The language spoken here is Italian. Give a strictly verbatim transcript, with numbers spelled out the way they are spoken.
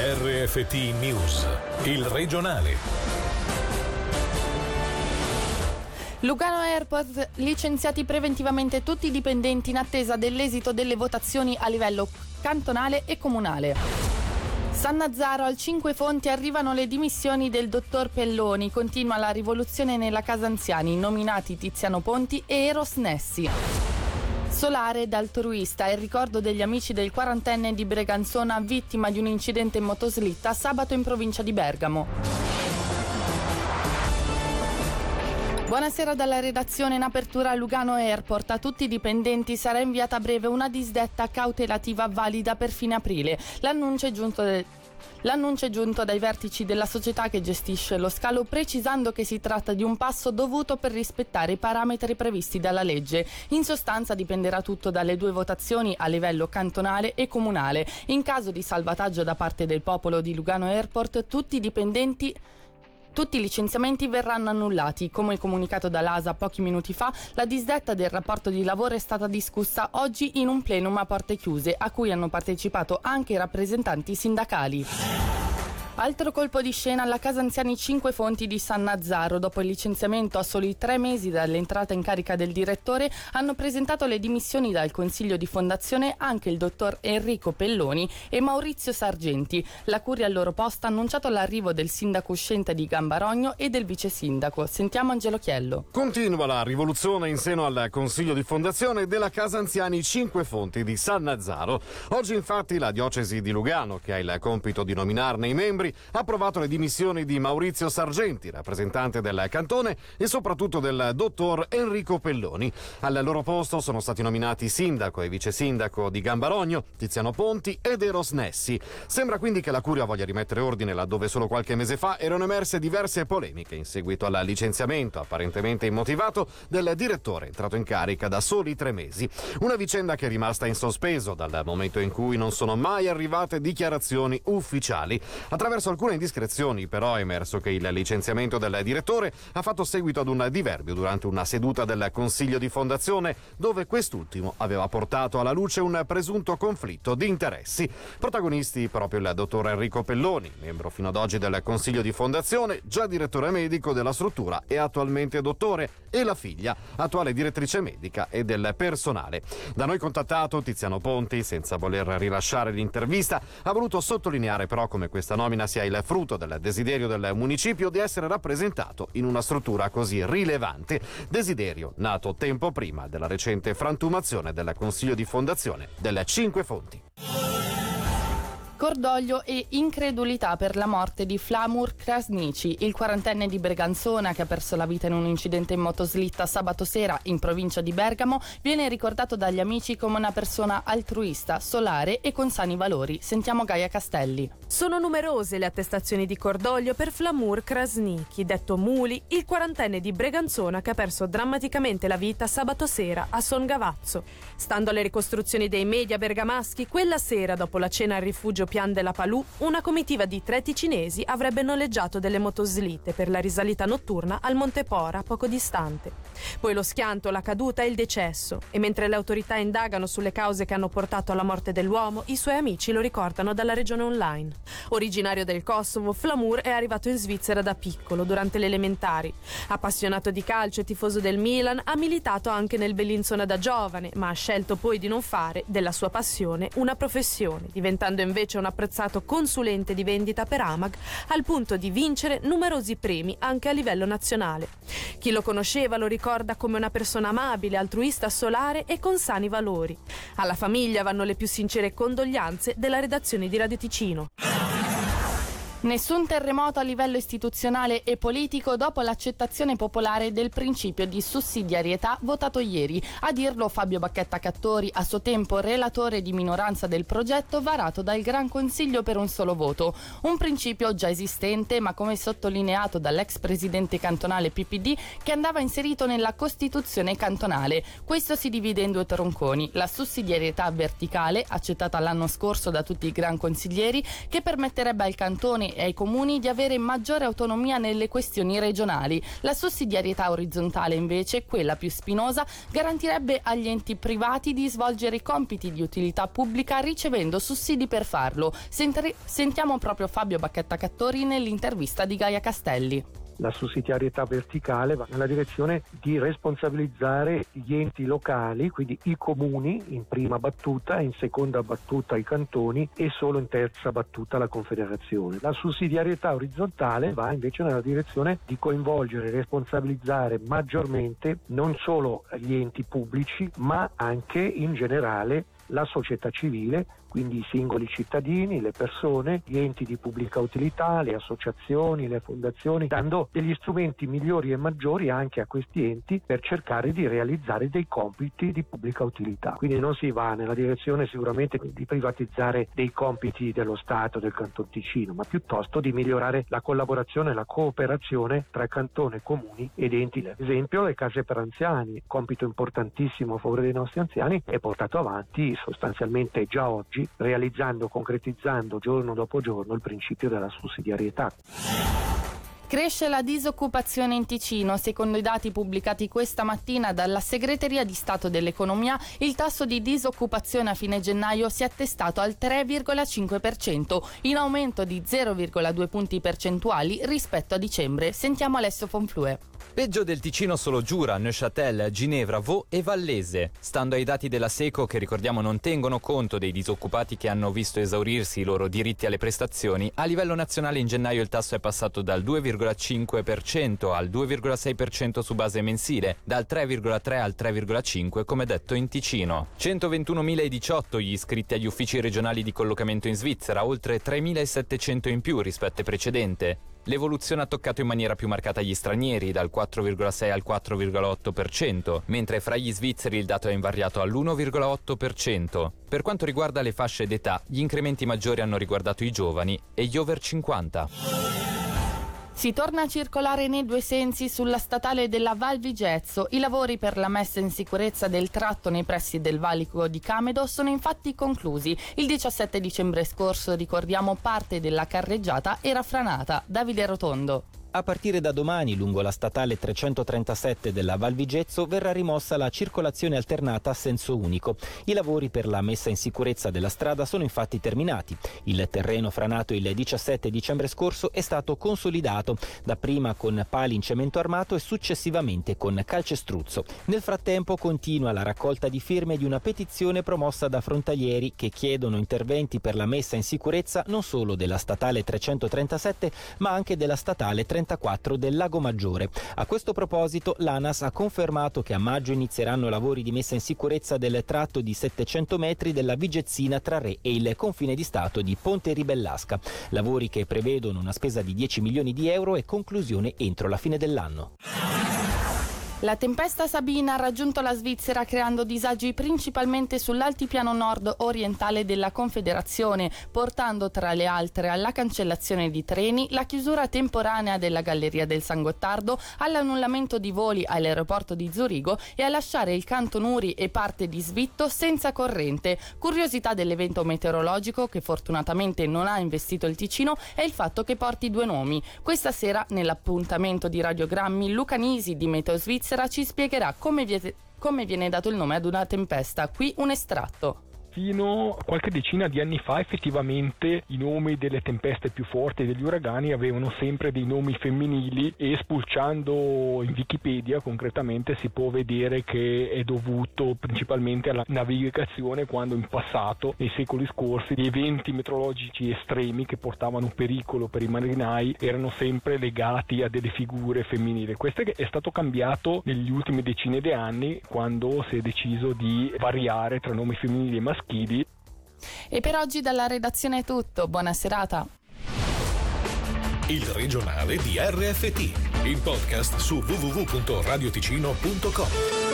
R F T News, il regionale. Lugano Airport, licenziati preventivamente tutti i dipendenti in attesa dell'esito delle votazioni a livello cantonale e comunale. Sannazzaro, al Cinque Fonti arrivano le dimissioni del dottor Pelloni, continua la rivoluzione nella casa anziani, nominati Tiziano Ponti e Eros Nessi. Solare, d'altruista, il ricordo degli amici del quarantenne di Breganzona vittima di un incidente in motoslitta sabato in provincia di Bergamo. Buonasera dalla redazione. In apertura a Lugano Airport a tutti i dipendenti sarà inviata a breve una disdetta cautelativa valida per fine aprile. L'annuncio è giunto de- L'annuncio è giunto dai vertici della società che gestisce lo scalo, precisando che si tratta di un passo dovuto per rispettare i parametri previsti dalla legge. In sostanza dipenderà tutto dalle due votazioni a livello cantonale e comunale. In caso di salvataggio da parte del popolo di Lugano Airport, tutti i dipendenti Tutti i licenziamenti verranno annullati. Come comunicato dall'A S A pochi minuti fa, la disdetta del rapporto di lavoro è stata discussa oggi in un plenum a porte chiuse, a cui hanno partecipato anche i rappresentanti sindacali. Altro colpo di scena alla casa anziani Cinque Fonti di Sannazzaro. Dopo il licenziamento a soli tre mesi dall'entrata in carica del direttore, hanno presentato le dimissioni dal consiglio di fondazione anche il dottor Enrico Pelloni e Maurizio Sargenti. La curia al loro posto ha annunciato l'arrivo del sindaco uscente di Gambarogno e del vice sindaco. Sentiamo Angelo Chiello. Continua la rivoluzione in seno al consiglio di fondazione della casa anziani Cinque Fonti di Sannazzaro. Oggi infatti la diocesi di Lugano, che ha il compito di nominarne i membri, ha approvato le dimissioni di Maurizio Sargenti, rappresentante del cantone, e soprattutto del dottor Enrico Pelloni. Al loro posto sono stati nominati sindaco e vice sindaco di Gambarogno, Tiziano Ponti ed Eros Nessi. Sembra quindi che la curia voglia rimettere ordine laddove solo qualche mese fa erano emerse diverse polemiche in seguito al licenziamento apparentemente immotivato del direttore entrato in carica da soli tre mesi. Una vicenda che è rimasta in sospeso dal momento in cui non sono mai arrivate dichiarazioni ufficiali. Attraverso alcune indiscrezioni però è emerso che il licenziamento del direttore ha fatto seguito ad un diverbio durante una seduta del consiglio di fondazione, dove quest'ultimo aveva portato alla luce un presunto conflitto di interessi. Protagonisti proprio il dottor Enrico Pelloni, membro fino ad oggi del consiglio di fondazione, già direttore medico della struttura e attualmente dottore, e la figlia, attuale direttrice medica e del personale. Da noi contattato, Tiziano Ponti, senza voler rilasciare l'intervista, ha voluto sottolineare però come questa nomina sia il frutto del desiderio del municipio di essere rappresentato in una struttura così rilevante, desiderio nato tempo prima della recente frantumazione del Consiglio di Fondazione delle Cinque Fonti. Cordoglio e incredulità per la morte di Flamur Krasniqi, il quarantenne di Breganzona che ha perso la vita in un incidente in motoslitta sabato sera in provincia di Bergamo, viene ricordato dagli amici come una persona altruista, solare e con sani valori. Sentiamo Gaia Castelli. Sono numerose le attestazioni di cordoglio per Flamur Krasniqi, detto Muli, il quarantenne di Breganzona che ha perso drammaticamente la vita sabato sera a Son Gavazzo. Stando alle ricostruzioni dei media bergamaschi, quella sera, dopo la cena al rifugio Pian della Palù, una comitiva di tre ticinesi avrebbe noleggiato delle motoslitte per la risalita notturna al Monte Pora, poco distante. Poi lo schianto, la caduta e il decesso, e mentre le autorità indagano sulle cause che hanno portato alla morte dell'uomo, i suoi amici lo ricordano dalla regione online. Originario del Kosovo, Flamur è arrivato in Svizzera da piccolo, durante le elementari. Appassionato di calcio e tifoso del Milan, ha militato anche nel Bellinzona da giovane, ma ha scelto poi di non fare della sua passione una professione, diventando invece un apprezzato consulente di vendita per Amag, al punto di vincere numerosi premi anche a livello nazionale. Chi lo conosceva lo ricorda come una persona amabile, altruista, solare e con sani valori. Alla famiglia vanno le più sincere condoglianze della redazione di Radio Ticino. Nessun terremoto a livello istituzionale e politico dopo l'accettazione popolare del principio di sussidiarietà votato ieri. A dirlo Fabio Bacchetta Cattori, a suo tempo relatore di minoranza del progetto varato dal Gran Consiglio per un solo voto. Un principio già esistente, ma come sottolineato dall'ex presidente cantonale P P D, che andava inserito nella Costituzione cantonale. Questo si divide in due tronconi: la sussidiarietà verticale, accettata l'anno scorso da tutti i gran consiglieri, che permetterebbe al cantone Regioni e ai comuni di avere maggiore autonomia nelle questioni regionali. La sussidiarietà orizzontale, invece, quella più spinosa, garantirebbe agli enti privati di svolgere i compiti di utilità pubblica ricevendo sussidi per farlo. Sentri- sentiamo proprio Fabio Bacchetta Cattori nell'intervista di Gaia Castelli. La sussidiarietà verticale va nella direzione di responsabilizzare gli enti locali, quindi i comuni in prima battuta, in seconda battuta i cantoni e solo in terza battuta la Confederazione. La sussidiarietà orizzontale va invece nella direzione di coinvolgere e responsabilizzare maggiormente non solo gli enti pubblici ma anche in generale la società civile, quindi i singoli cittadini, le persone, gli enti di pubblica utilità, le associazioni, le fondazioni, dando degli strumenti migliori e maggiori anche a questi enti per cercare di realizzare dei compiti di pubblica utilità. Quindi non si va nella direzione sicuramente di privatizzare dei compiti dello Stato, del Canton Ticino, ma piuttosto di migliorare la collaborazione e la cooperazione tra cantone, comuni ed enti. Ad esempio le case per anziani, compito importantissimo a favore dei nostri anziani, è portato avanti sostanzialmente già oggi, realizzando, concretizzando giorno dopo giorno il principio della sussidiarietà. Cresce la disoccupazione in Ticino. Secondo i dati pubblicati questa mattina dalla Segreteria di Stato dell'Economia, il tasso di disoccupazione a fine gennaio si è attestato al tre virgola cinque per cento, in aumento di zero virgola due punti percentuali rispetto a dicembre. Sentiamo Alessio Fonflue. Peggio del Ticino solo Giura, Neuchâtel, Ginevra, Vaud e Vallese. Stando ai dati della Seco, che ricordiamo non tengono conto dei disoccupati che hanno visto esaurirsi i loro diritti alle prestazioni, a livello nazionale in gennaio il tasso è passato dal due virgola cinque per cento al due virgola sei per cento su base mensile, dal tre virgola tre al tre virgola cinque come detto in Ticino. centoventunomiladiciotto gli iscritti agli uffici regionali di collocamento in Svizzera, oltre tremilasettecento in più rispetto al precedente. L'evoluzione ha toccato in maniera più marcata gli stranieri, dal quattro virgola sei al quattro virgola otto per cento, mentre fra gli svizzeri il dato è invariato all'uno virgola otto per cento. Per quanto riguarda le fasce d'età, gli incrementi maggiori hanno riguardato i giovani e gli over cinquanta. Si torna a circolare nei due sensi sulla statale della Val Vigezzo. I lavori per la messa in sicurezza del tratto nei pressi del valico di Camedo sono infatti conclusi. Il diciassette dicembre scorso, ricordiamo, parte della carreggiata era franata. Davide Rotondo. A partire da domani, lungo la statale trecentotrentasette della Val Vigezzo, verrà rimossa la circolazione alternata a senso unico. I lavori per la messa in sicurezza della strada sono infatti terminati. Il terreno franato il diciassette dicembre scorso è stato consolidato, dapprima con pali in cemento armato e successivamente con calcestruzzo. Nel frattempo continua la raccolta di firme di una petizione promossa da frontalieri che chiedono interventi per la messa in sicurezza non solo della statale trecentotrentasette ma anche della statale trentaquattro del Lago Maggiore. A questo proposito l'ANAS ha confermato che a maggio inizieranno lavori di messa in sicurezza del tratto di settecento metri della Vigezzina tra Re e il confine di Stato di Ponte Ribellasca. Lavori che prevedono una spesa di dieci milioni di euro e conclusione entro la fine dell'anno. La tempesta Sabina ha raggiunto la Svizzera creando disagi principalmente sull'altipiano nord-orientale della Confederazione, portando tra le altre alla cancellazione di treni, la chiusura temporanea della Galleria del San Gottardo, all'annullamento di voli all'aeroporto di Zurigo e a lasciare il Canton Uri e parte di Svitto senza corrente. Curiosità dell'evento meteorologico, che fortunatamente non ha investito il Ticino, è il fatto che porti due nomi. Questa sera, nell'appuntamento di Radiogrammi, Luca Nisi di Meteo Svizzera ci spiegherà come viene, come viene dato il nome ad una tempesta. Qui un estratto. Fino a qualche decina di anni fa effettivamente i nomi delle tempeste più forti e degli uragani avevano sempre dei nomi femminili e spulciando in Wikipedia concretamente si può vedere che è dovuto principalmente alla navigazione, quando in passato, nei secoli scorsi, gli eventi meteorologici estremi che portavano pericolo per i marinai erano sempre legati a delle figure femminili. Questo è stato cambiato negli ultimi decine di anni, quando si è deciso di variare tra nomi femminili e maschili. E per oggi dalla redazione è tutto, buona serata. Il regionale di R F T, il podcast su w w w punto radioticino punto com.